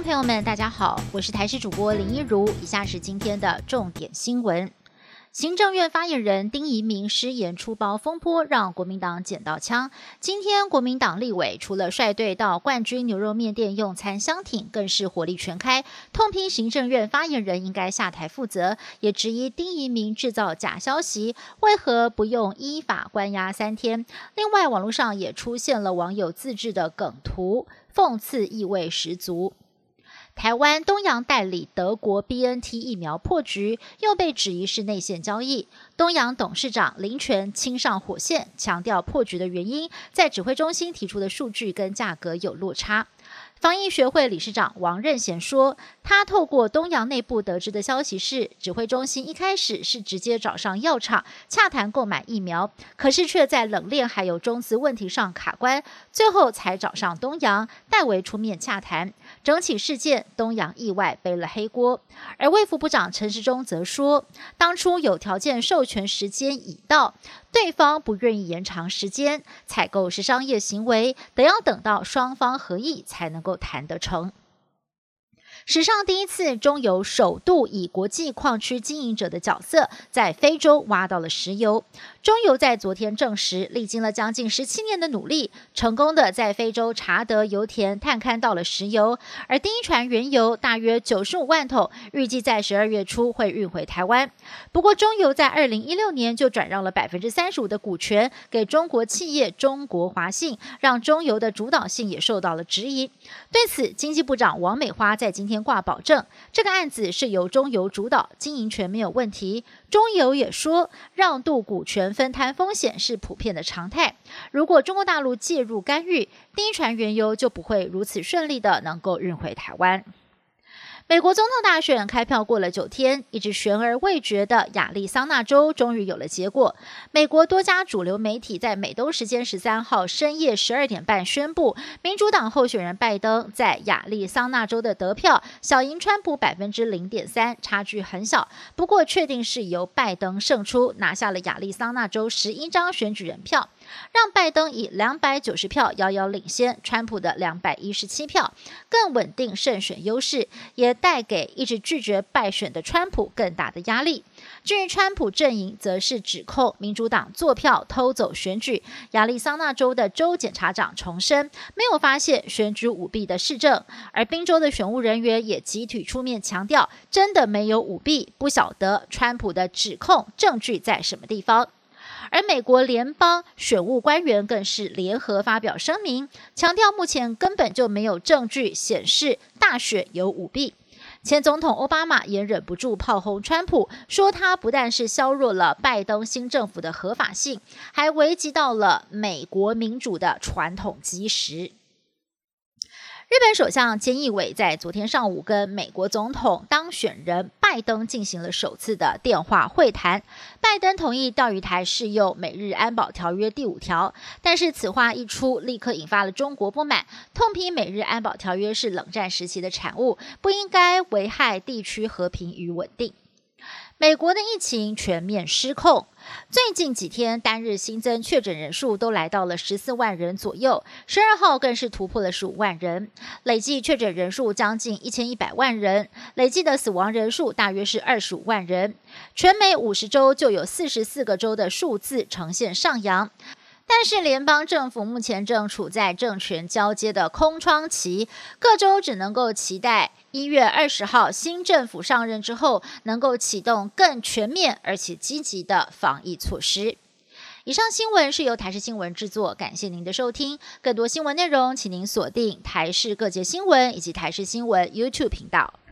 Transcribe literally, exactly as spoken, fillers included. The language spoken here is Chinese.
朋友们，大家好，我是台视主播林一如，以下是今天的重点新闻。行政院发言人丁怡铭失言出包风波，让国民党捡到枪。今天国民党立委除了率队到冠军牛肉面店用餐相挺，更是火力全开，痛批行政院发言人应该下台负责，也质疑丁怡铭制造假消息，为何不用依法关押三天？另外，网络上也出现了网友自制的梗图，讽刺意味十足。台湾东洋代理德国 B N T 疫苗破局，又被质疑是内线交易。东洋董事长林权亲上火线，强调破局的原因在指挥中心提出的数据跟价格有落差。防疫学会理事长王任贤说，他透过东洋内部得知的消息是，指挥中心一开始是直接找上药厂洽谈购买疫苗，可是却在冷链还有中资问题上卡关，最后才找上东洋代为出面洽谈。整起事件，东洋意外背了黑锅。而卫福部长陈时中则说，当初有条件授权时间已到，对方不愿意延长时间，采购是商业行为，得要等到双方合意才能够谈得成。史上第一次，中油首度以国际矿区经营者的角色，在非洲挖到了石油。中油在昨天证实，历经了将近十七年的努力，成功的在非洲查德油田探勘到了石油，而第一船原油大约九十五万桶，预计在十二月初会运回台湾。不过，中油在二零一六年就转让了百分之三十五的股权给中国企业中国华信，让中油的主导性也受到了质疑。对此，经济部长王美花在今天挂保证，这个案子是由中油主导，经营权没有问题。中油也说，让渡股权分摊风险是普遍的常态。如果中国大陆介入干预，第一船原油就不会如此顺利的能够运回台湾。美国总统大选开票过了九天，一直悬而未决的亚利桑那州终于有了结果。美国多家主流媒体在美东时间十三号深夜十二点半宣布，民主党候选人拜登在亚利桑那州的得票小赢川普百分之零点三，差距很小。不过确定是由拜登胜出，拿下了亚利桑那州十一张选举人票，让拜登以两百九十票遥遥领先川普的两百一十七票，更稳定胜选优势，也带给一直拒绝败选的川普更大的压力。至于川普阵营，则是指控民主党作票偷走选举。亚利桑那州的州检察长重申，没有发现选举舞弊的事证，而宾州的选务人员也集体出面强调，真的没有舞弊，不晓得川普的指控证据在什么地方。而美国联邦选务官员更是联合发表声明，强调目前根本就没有证据显示大选有舞弊。前总统奥巴马也忍不住炮轰川普，说他不但是削弱了拜登新政府的合法性，还危及到了美国民主的传统基石。日本首相菅义伟在昨天上午跟美国总统当选人拜登进行了首次的电话会谈。拜登同意钓鱼台适用美日安保条约第五条，但是此话一出，立刻引发了中国不满，痛批美日安保条约是冷战时期的产物，不应该危害地区和平与稳定。美国的疫情全面失控，最近几天单日新增确诊人数都来到了十四万人左右，十二号更是突破了十五万人，累计确诊人数将近一千一百万人，累计的死亡人数大约是二十五万人。全美五十州就有四十四个州的数字呈现上扬。但是联邦政府目前正处在政权交接的空窗期，各州只能够期待一月二十号新政府上任之后，能够启动更全面而且积极的防疫措施。以上新闻是由台视新闻制作，感谢您的收听。更多新闻内容，请您锁定台视各界新闻以及台视新闻 YouTube 频道。